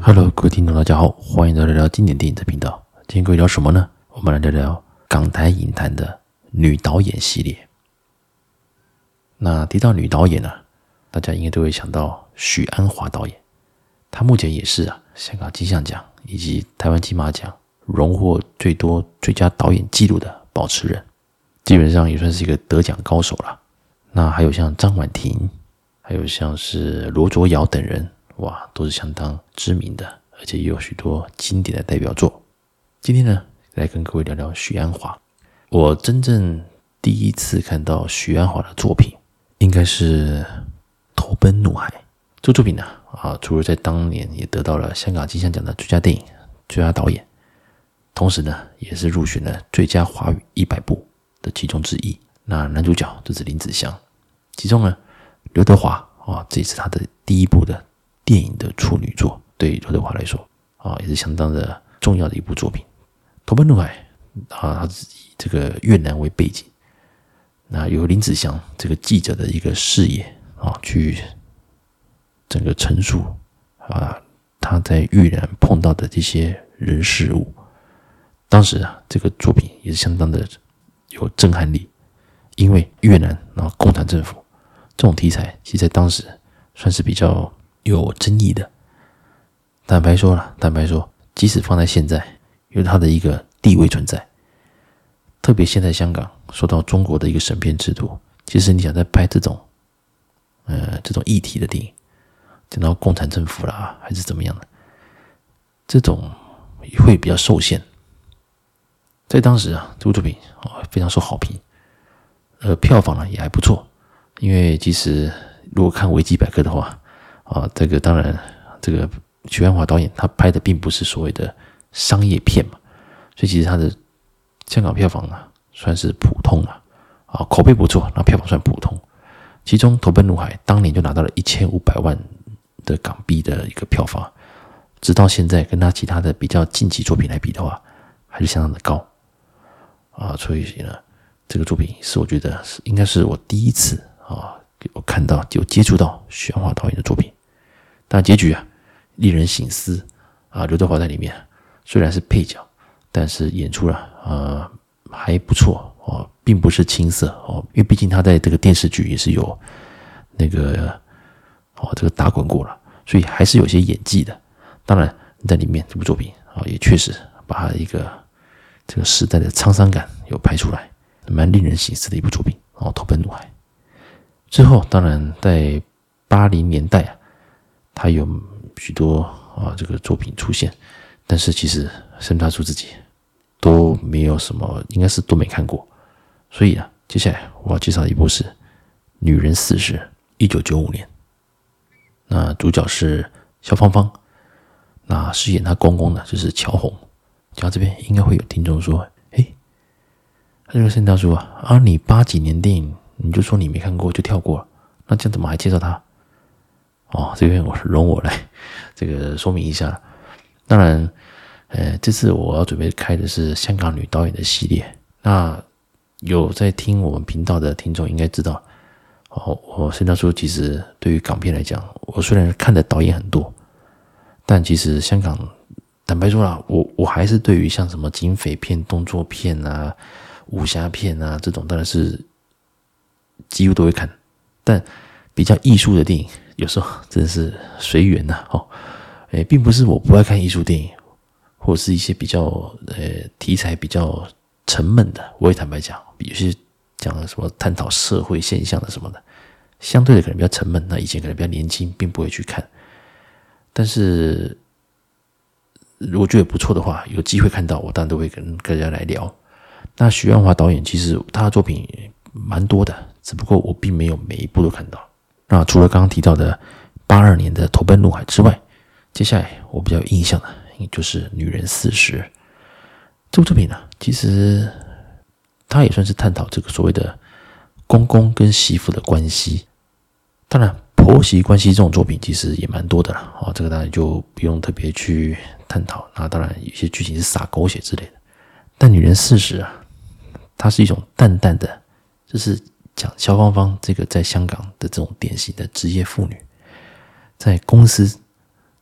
Hello，各位听众，大家好，欢迎来聊聊经典电影的频道。今天各位聊什么呢？我们来聊聊港台影坛的女导演系列。那提到女导演呢，大家应该都会想到许鞍华导演。她目前也是香港金像奖以及台湾金马奖荣获最多最佳导演纪录的保持人，基本上也算是一个得奖高手了。那还有像张婉婷，还有像是罗卓瑶等人，哇，都是相当知名的，而且也有许多经典的代表作。今天呢，来跟各位聊聊许鞍华。我真正第一次看到许鞍华的作品，应该是《投奔怒海》。这个作品呢，除了在当年也得到了香港金像奖的最佳电影、最佳导演，同时呢，也是入选了最佳华语100部的其中之一。那男主角就是林子祥，其中呢，刘德华这也是他的第一部的电影的处女作，对刘德华来说也是相当的重要的一部作品。投奔怒海它是以这个越南为背景，那由林子祥这个记者的一个视野去整个陈述他在越南碰到的这些人事物。当时这个作品也是相当的有震撼力，因为越南共产政府这种题材，其实在当时算是比较有争议的。坦白说，即使放在现在，有它的一个地位存在。特别现在香港受到中国的一个审片制度，其实你想在拍这种议题的电影，讲到共产政府啦，还是怎么样的，这种也会比较受限。在当时这部作品非常受好评，票房呢也还不错。因为其实如果看维基百科的话，这个当然这个许鞍华导演他拍的并不是所谓的商业片嘛，所以其实他的香港票房算是普通口碑不错，那票房算普通。其中《投奔怒海》当年就拿到了1500万的港币的一个票房，直到现在跟他其他的比较近期作品来比的话，还是相当的高所以呢，这个作品是我觉得应该是我第一次我看到有接触到许鞍华导演的作品。但结局令人省思刘德华在里面虽然是配角，但是演出了还不错并不是青涩因为毕竟他在这个电视剧也是有那个这个打滚过了，所以还是有些演技的。当然在里面这部作品也确实把他一个这个时代的沧桑感有拍出来，蛮令人省思的一部作品投奔怒海。之后当然在80年代他有许多这个作品出现，但是其实深大叔自己都没有什么，应该是都没看过。所以接下来我要介绍的一部是《女人40》，1995年。那主角是萧芳芳，那饰演她公公的就是乔红。讲到这边应该会有听众说，这个盛大叔你80几年电影你就说你没看过就跳过了，那这样怎么还介绍他？这边容我来这个说明一下。当然这次我要准备开的是香港女导演的系列。那有在听我们频道的听众应该知道我盛大叔其实对于港片来讲，我虽然看的导演很多，但其实香港坦白说啦，我还是对于像什么警匪片、动作片武侠片这种当然是几乎都会看，但比较艺术的电影有时候真的是随缘并不是我不爱看艺术电影，或者是一些比较题材比较沉闷的，我也坦白讲，有些讲什么探讨社会现象的什么的，相对的可能比较沉闷，那以前可能比较年轻，并不会去看。但是如果觉得不错的话，有机会看到我当然都会跟大家来聊。那许鞍华导演其实他的作品蛮多的，只不过我并没有每一部都看到。那除了刚刚提到的82年的《投奔怒海》之外，接下来我比较有印象的就是《女人40》这部作品其实它也算是探讨这个所谓的公公跟媳妇的关系。当然婆媳关系这种作品其实也蛮多的了这个当然就不用特别去探讨。那当然有些剧情是撒狗血之类的，但《女人40》它是一种淡淡的，就是讲萧芳芳这个在香港的这种典型的职业妇女，在公司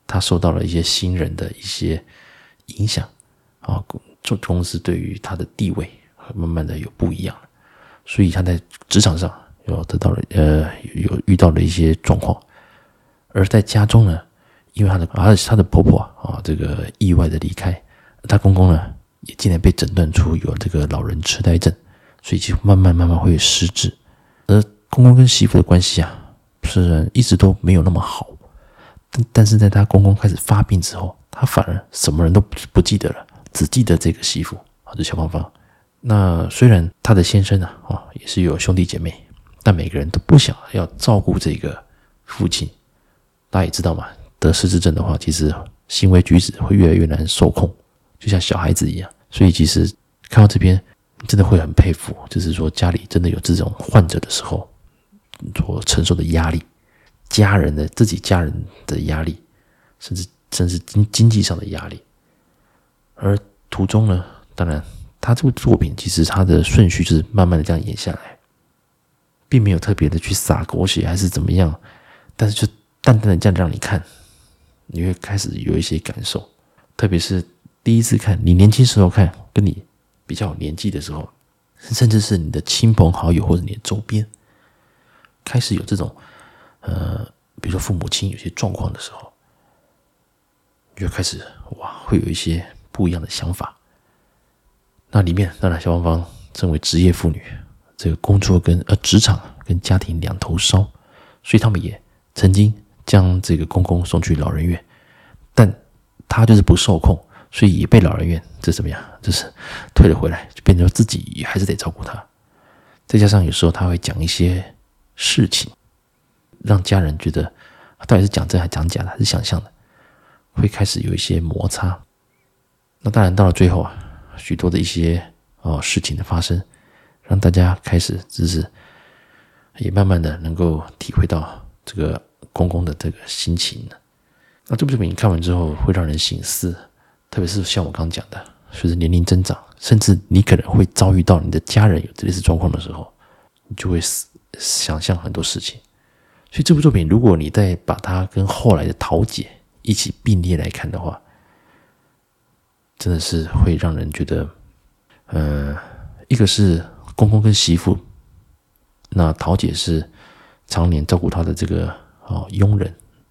他受到了一些新人的一些影响啊，公司对于他的地位慢慢的有不一样了，所以他在职场上有得到了有遇到了一些状况，而在家中呢，因为她的婆婆这个意外的离开，她公公呢也竟然被诊断出有这个老人痴呆症，所以就慢慢会失智。而公公跟媳妇的关系虽然一直都没有那么好，但是在他公公开始发病之后，他反而什么人都不记得了，只记得这个媳妇这小芳芳。那虽然他的先生也是有兄弟姐妹，但每个人都不想要照顾这个父亲。大家也知道嘛，得失智症的话，其实行为举止会越来越难受控，就像小孩子一样。所以其实看到这边真的会很佩服，就是说家里真的有这种患者的时候所承受的压力，自己家人的压力，甚至经济上的压力。而途中呢，当然他这部作品其实他的顺序就是慢慢的这样演下来，并没有特别的去撒狗血还是怎么样，但是就淡淡的这样让你看，你会开始有一些感受。特别是第一次看，你年轻时候看，跟你比较有年纪的时候，甚至是你的亲朋好友或者你的周边开始有这种比如说父母亲有些状况的时候，你就开始会有一些不一样的想法。那里面当然小芳芳身为职业妇女，这个工作跟职场跟家庭两头烧，所以他们也曾经将这个公公送去老人院，但他就是不受控，所以也被老人院这怎么样，就是退了回来，就变成自己也还是得照顾他。再加上有时候他会讲一些事情，让家人觉得他到底是讲真还讲假的，还是想象的，会开始有一些摩擦。那当然到了最后许多的一些事情的发生，让大家开始就是也慢慢的能够体会到这个公公的这个心情。那这部作品看完之后会让人省思，特别是像我刚刚讲的，随着年龄增长，甚至你可能会遭遇到你的家人有这类似状况的时候，你就会想象很多事情。所以这部作品如果你再把它跟后来的桃姐一起并列来看的话，真的是会让人觉得一个是公公跟媳妇，那桃姐是常年照顾他的这个佣人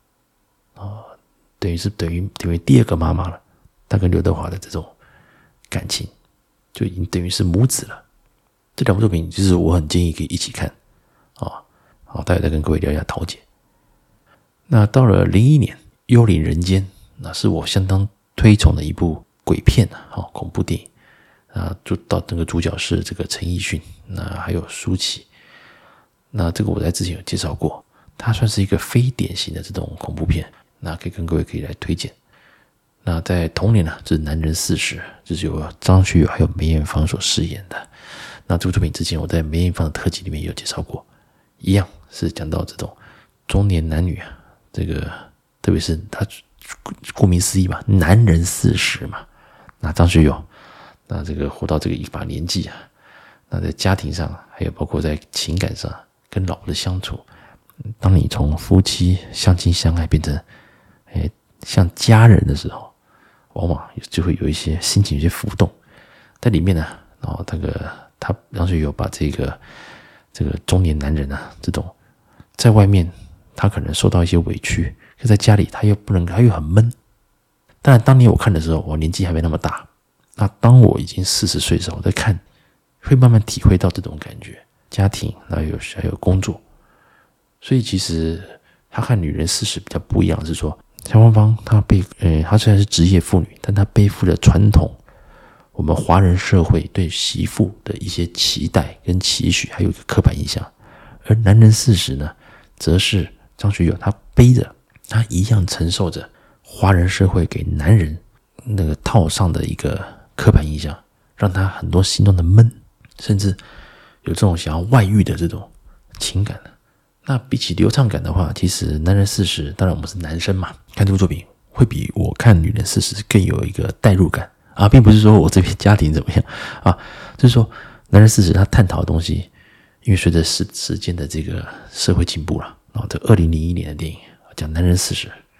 等于第二个妈妈了。她跟刘德华的这种感情就已经等于是母子了。这两部作品就是我很建议可以一起看待会再跟各位聊一下桃姐。那到了2001年《幽灵人间》，那是我相当推崇的一部鬼片恐怖电影就到那个主角是这个陈奕迅，那还有舒淇。那这个我在之前有介绍过，它算是一个非典型的这种恐怖片，那可以跟各位可以来推荐。那在同年这是《男人40》，就是由张学友还有梅艳芳所饰演的。那这部作品之前我在梅艳芳的特辑里面也有介绍过，一样是讲到这种中年男女这个特别是他顾名思义嘛，男人40嘛。那张学友那这个活到这个一把年纪那在家庭上还有包括在情感上跟老婆的相处，当你从夫妻相亲相爱变成像家人的时候，往往就会有一些心情有些浮动。在里面他张学友把这个中年男人这种在外面他可能受到一些委屈，可在家里他又很闷。当然当年我看的时候我年纪还没那么大，那当我已经40岁的时候我在看，会慢慢体会到这种感觉，家庭还有工作。所以其实他和女人40比较不一样的是说，萧芳芳她虽然是职业妇女，但她背负了传统我们华人社会对媳妇的一些期待跟期许，还有一个刻板印象。而男人40呢，则是张学友他背着，他一样承受着华人社会给男人那个套上的一个刻板印象，让他很多心中的闷，甚至有这种想要外遇的这种情感。那比起流畅感的话，其实男人40，当然我们是男生嘛，看这部作品会比我看女人40更有一个代入感并不是说我这边家庭怎么样就是说男人40他探讨的东西，因为随着时间的这个社会进步了这2001年的电影讲男人40，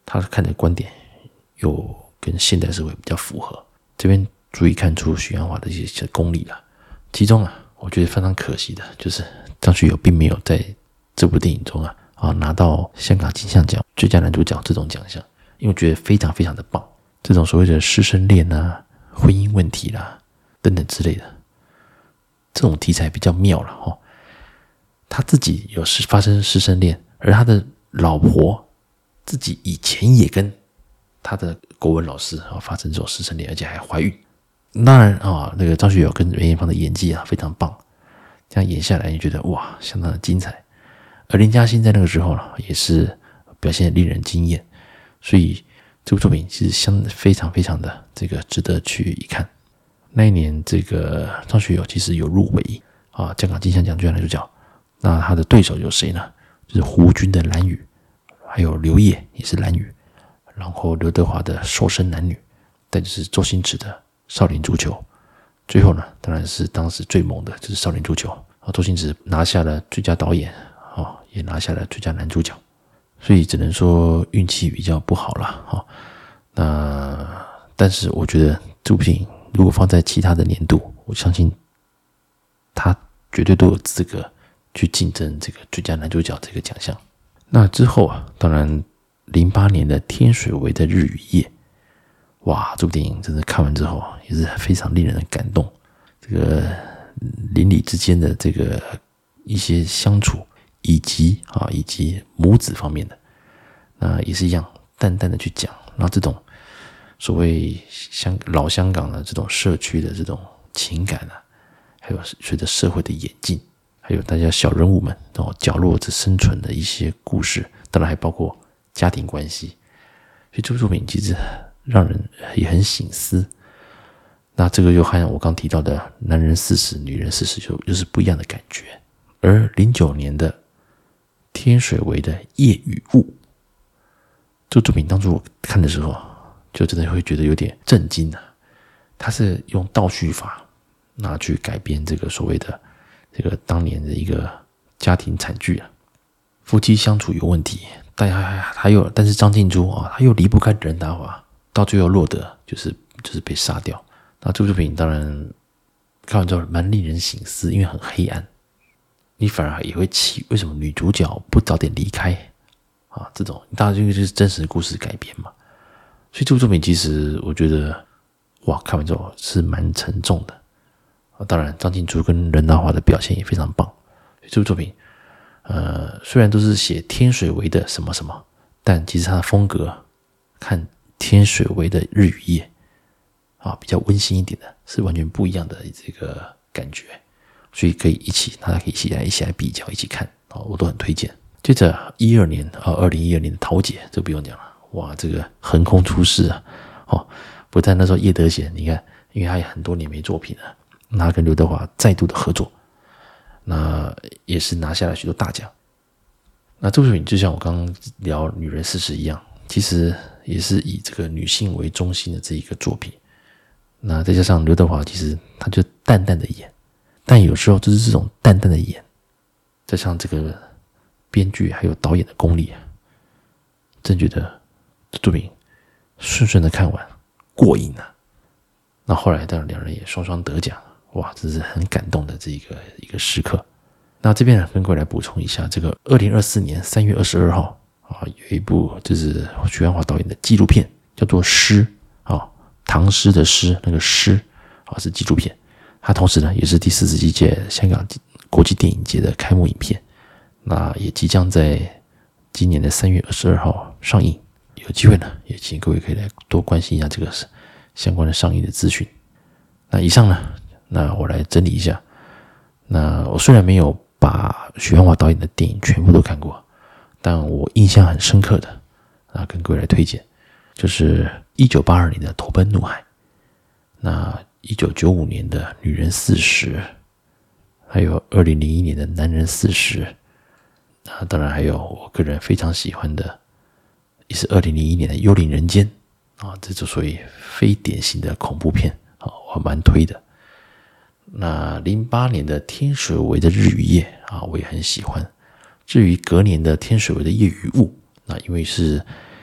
他看的观点又跟现代社会比较符合。这边足以看出许鞍华的一些功力了。其中我觉得非常可惜的就是张学友并没有在这部电影中拿到香港金像奖最佳男主角这种奖项，因为我觉得非常非常的棒。这种所谓的师生恋婚姻问题啦等等之类的，这种题材比较妙了他自己有发生师生恋，而他的老婆自己以前也跟他的国文老师发生这种师生恋，而且还怀孕。当然那个张学友跟梅艳芳的演技非常棒，这样演下来你觉得哇相当的精彩。而林嘉欣在那个时候也是表现得令人惊艳，所以这部作品其实非常非常的这个值得去一看。那一年这个张学友其实有入围香港金像奖最佳男主角，那他的对手有谁呢？就是胡军的《蓝雨》，还有刘烨也是《蓝雨》，然后刘德华的《瘦身男女》，再就是周星驰的《少林足球》，最后呢当然是当时最猛的就是《少林足球》，周星驰拿下了最佳导演也拿下了最佳男主角，所以只能说运气比较不好了但是我觉得这部电影如果放在其他的年度，我相信他绝对都有资格去竞争这个最佳男主角这个奖项。那之后当然08年的天水围的日与夜，哇，这部电影真的看完之后也是非常令人的感动。这个邻里之间的这个一些相处，以及母子方面的，那也是一样淡淡的去讲。然后这种所谓老香港的这种社区的这种情感还有随着社会的演进，还有大家小人物们角落着生存的一些故事，当然还包括家庭关系。所以这部作品其实让人也很省思。那这个又和我刚提到的男人40女人40又是不一样的感觉。而09年的天水围的夜与雾，这部作品当初我看的时候就真的会觉得有点震惊它是用倒叙法拿去改编这个所谓的这个当年的一个家庭惨剧夫妻相处有问题，但是张静初他又离不开任达华，到最后落得就是被杀掉。那这部作品当然看完之后蛮令人省思，因为很黑暗，你反而也会气为什么女主角不早点离开这种当然就是真实的故事改编嘛。所以这部作品其实我觉得哇，看完之后是蛮沉重的当然张静初跟任达华的表现也非常棒。所以这部作品虽然都是写天水围的什么什么，但其实它的风格看天水围的日与夜比较温馨一点的，是完全不一样的这个感觉。所以大家可以一起来比较，一起看我都很推荐。接着2012年的桃姐，这不用讲了，哇，这个横空出世不但那时候叶德娴，你看因为他也很多年没作品了，他跟刘德华再度的合作，那也是拿下了许多大奖。那这部作品就像我刚刚聊女人40一样，其实也是以这个女性为中心的这一个作品。那再加上刘德华其实他就淡淡的演，但有时候就是这种淡淡的演，加上这个编剧还有导演的功力真觉得这作品顺顺的看完过瘾那后来当然两人也双双得奖，哇，这是很感动的这一个时刻。那这边跟各位来补充一下，这个2024年3月22号有一部就是许鞍华导演的纪录片，叫做《诗》唐诗的诗，那个诗是纪录片。它同时呢也是第47届香港国际电影节的开幕影片，那也即将在今年的3月22号上映。有机会呢也请各位可以来多关心一下这个相关的上映的资讯。那以上呢，那我来整理一下。那我虽然没有把许鞍华导演的电影全部都看过，但我印象很深刻的跟各位来推荐，就是1982年的《投奔怒海》，那1995年的《女人40》，还有2001年的《男人40》，当然还有我个人非常喜欢的，也是2001年的《幽灵人间》这就属于非典型的恐怖片我蛮推的。那08年的天水围的日与夜我也很喜欢。至于隔年的天水围的夜与雾，那因为是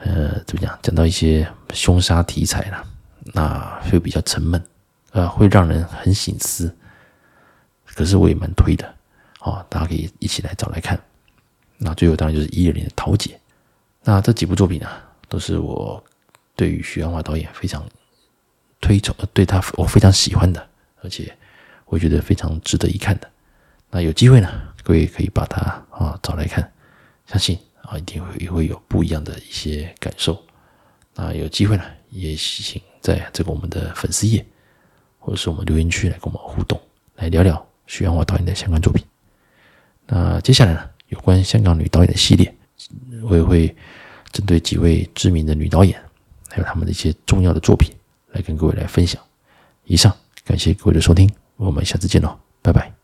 怎么讲？讲到一些凶杀题材啦，那会比较沉闷，会让人很省思。可是我也蛮推的，大家可以一起来找来看。那最后当然就是120的桃姐。那这几部作品都是我对于许鞍华导演非常推崇，对他我非常喜欢的，而且我觉得非常值得一看的。那有机会呢，各位可以把它找来看，相信一定也会有不一样的一些感受。那有机会呢，也请在这个我们的粉丝页或者是我们留言区来跟我们互动，来聊聊许鞍华导演的相关作品。那接下来呢，有关香港女导演的系列，我也会针对几位知名的女导演，还有他们的一些重要的作品，来跟各位来分享。以上，感谢各位的收听，我们下次见喽，拜拜。